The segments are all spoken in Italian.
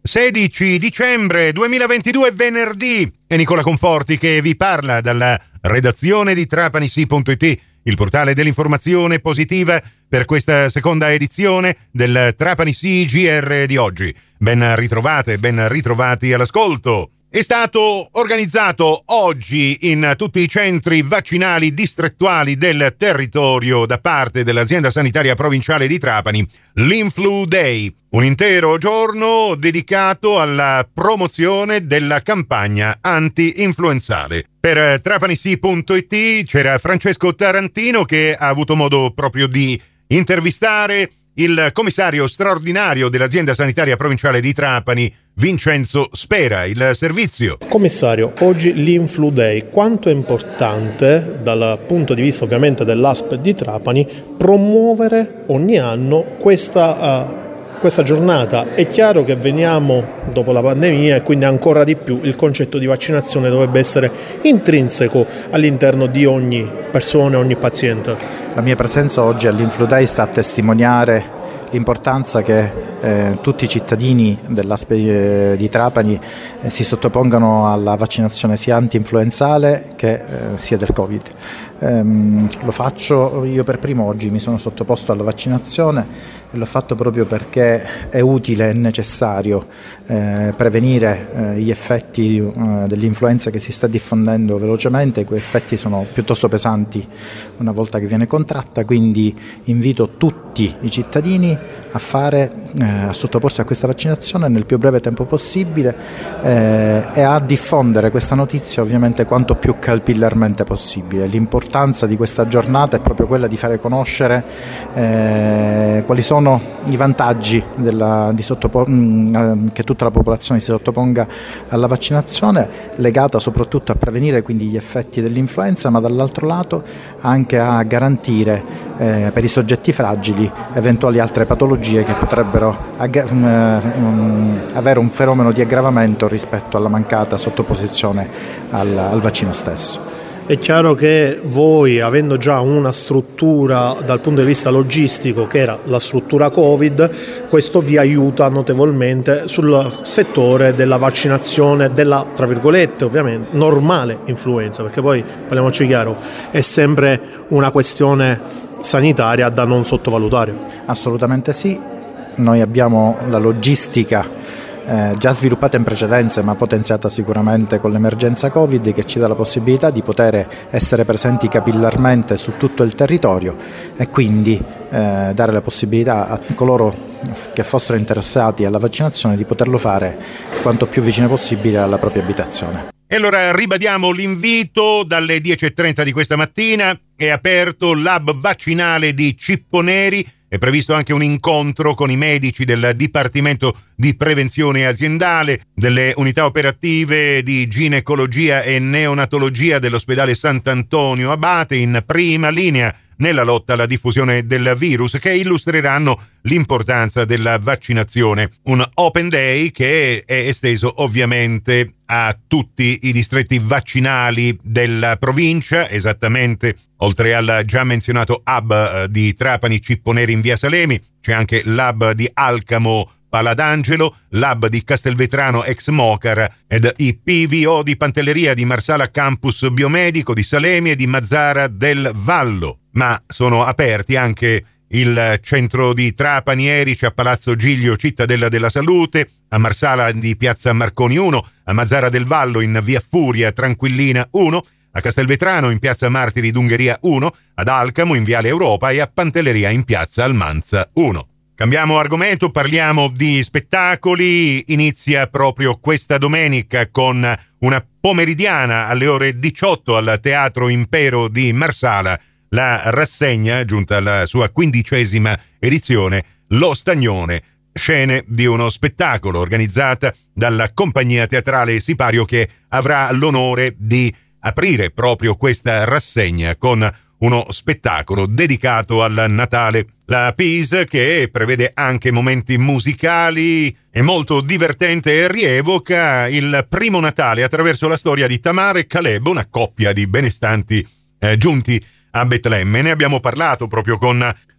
16 dicembre 2022, venerdì, è Nicola Conforti che vi parla dalla redazione di TrapaniSì.it, il portale dell'informazione positiva, per questa seconda edizione del Trapani Sì GR di oggi. Ben ritrovate, ben ritrovati all'ascolto. È stato organizzato oggi in tutti i centri vaccinali distrettuali del territorio da parte dell'azienda sanitaria provinciale di Trapani l'Influ Day, un intero giorno dedicato alla promozione della campagna anti-influenzale. Per TrapaniSì.it c'era Francesco Tarantino che ha avuto modo proprio di intervistare il commissario straordinario dell'azienda sanitaria provinciale di Trapani, Vincenzo Spera. Il servizio. Commissario, oggi l'Influ Day, quanto è importante dal punto di vista ovviamente dell'ASP di Trapani promuovere ogni anno questa giornata? È chiaro che veniamo dopo la pandemia e quindi ancora di più il concetto di vaccinazione dovrebbe essere intrinseco all'interno di ogni persona, ogni paziente. La mia presenza oggi all'Influ Day sta a testimoniare l'importanza che tutti i cittadini dell'ASP di Trapani si sottopongano alla vaccinazione sia anti-influenzale che sia del Covid. Lo faccio io per primo, oggi mi sono sottoposto alla vaccinazione e l'ho fatto proprio perché è utile e necessario prevenire gli effetti dell'influenza che si sta diffondendo velocemente. Quei effetti sono piuttosto pesanti una volta che viene contratta, quindi invito tutti i cittadini a sottoporsi a questa vaccinazione nel più breve tempo possibile e a diffondere questa notizia ovviamente quanto più capillarmente possibile. L'importanza di questa giornata è proprio quella di fare conoscere quali sono i vantaggi che tutta la popolazione si sottoponga alla vaccinazione, legata soprattutto a prevenire quindi gli effetti dell'influenza, ma dall'altro lato anche a garantire per i soggetti fragili eventuali altre patologie che potrebbero avere un fenomeno di aggravamento rispetto alla mancata sottoposizione al vaccino stesso. È chiaro che voi, avendo già una struttura dal punto di vista logistico che era la struttura Covid, questo vi aiuta notevolmente sul settore della vaccinazione della, tra virgolette, ovviamente, normale influenza, perché poi, parliamoci chiaro, è sempre una questione sanitaria da non sottovalutare. Assolutamente sì, noi abbiamo la logistica già sviluppata in precedenza ma potenziata sicuramente con l'emergenza Covid, che ci dà la possibilità di poter essere presenti capillarmente su tutto il territorio e quindi dare la possibilità a coloro che fossero interessati alla vaccinazione di poterlo fare quanto più vicino possibile alla propria abitazione. E allora ribadiamo l'invito: dalle 10:30 di questa mattina è aperto l'hub vaccinale di Cipponeri. È previsto anche un incontro con i medici del Dipartimento di Prevenzione Aziendale, delle unità operative di ginecologia e neonatologia dell'ospedale Sant'Antonio Abate, in prima linea nella lotta alla diffusione del virus, che illustreranno l'importanza della vaccinazione. Un Open Day che è esteso ovviamente a tutti i distretti vaccinali della provincia, esattamente oltre al già menzionato hub di Trapani Cipponeri in via Salemi, c'è anche l'hub di Alcamo Paladangelo, l'hub di Castelvetrano ex Mocar ed i PVO di Pantelleria di Marsala Campus Biomedico di Salemi e di Mazzara del Vallo. Ma sono aperti anche il centro di Trapani Erice a Palazzo Giglio Cittadella della Salute, a Marsala di Piazza Marconi 1, a Mazzara del Vallo in via Furia Tranquillina 1, a Castelvetrano in piazza Martiri d'Ungheria 1, ad Alcamo in viale Europa e a Pantelleria in piazza Almanza 1. Cambiamo argomento, parliamo di spettacoli. Inizia proprio questa domenica con una pomeridiana alle ore 18 al Teatro Impero di Marsala la rassegna, giunta alla sua 15ª edizione, Lo Stagnone, scene di uno spettacolo, organizzata dalla compagnia teatrale Sipario, che avrà l'onore di aprire proprio questa rassegna con uno spettacolo dedicato al Natale. La PIS, che prevede anche momenti musicali, è molto divertente e rievoca il primo Natale attraverso la storia di Tamar e Caleb, una coppia di benestanti giunti a Betlemme. Ne abbiamo parlato proprio con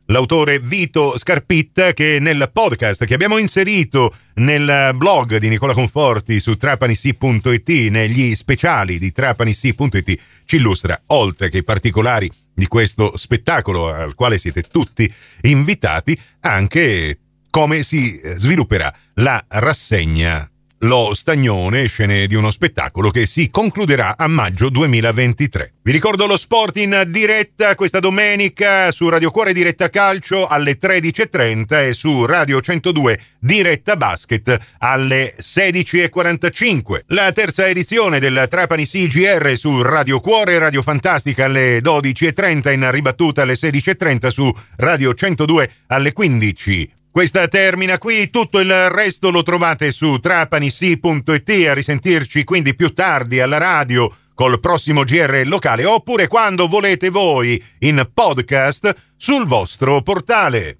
l'autore Vito Scarpitta, che nel podcast che abbiamo inserito nel blog di Nicola Conforti su trapanissi.it, negli speciali di trapanissi.it, ci illustra, oltre che i particolari di questo spettacolo al quale siete tutti invitati, anche come si svilupperà la rassegna Lo Stagnone, scene di uno spettacolo che si concluderà a maggio 2023. Vi ricordo lo sport in diretta questa domenica su Radio Cuore Diretta Calcio alle 13.30 e su Radio 102 Diretta Basket alle 16.45. La terza edizione del Trapani CGR su Radio Cuore, Radio Fantastica alle 12.30, in ribattuta alle 16.30 su Radio 102 alle 15. Questa termina qui, tutto il resto lo trovate su trapanissi.it, a risentirci quindi più tardi alla radio col prossimo GR locale, oppure quando volete voi in podcast sul vostro portale.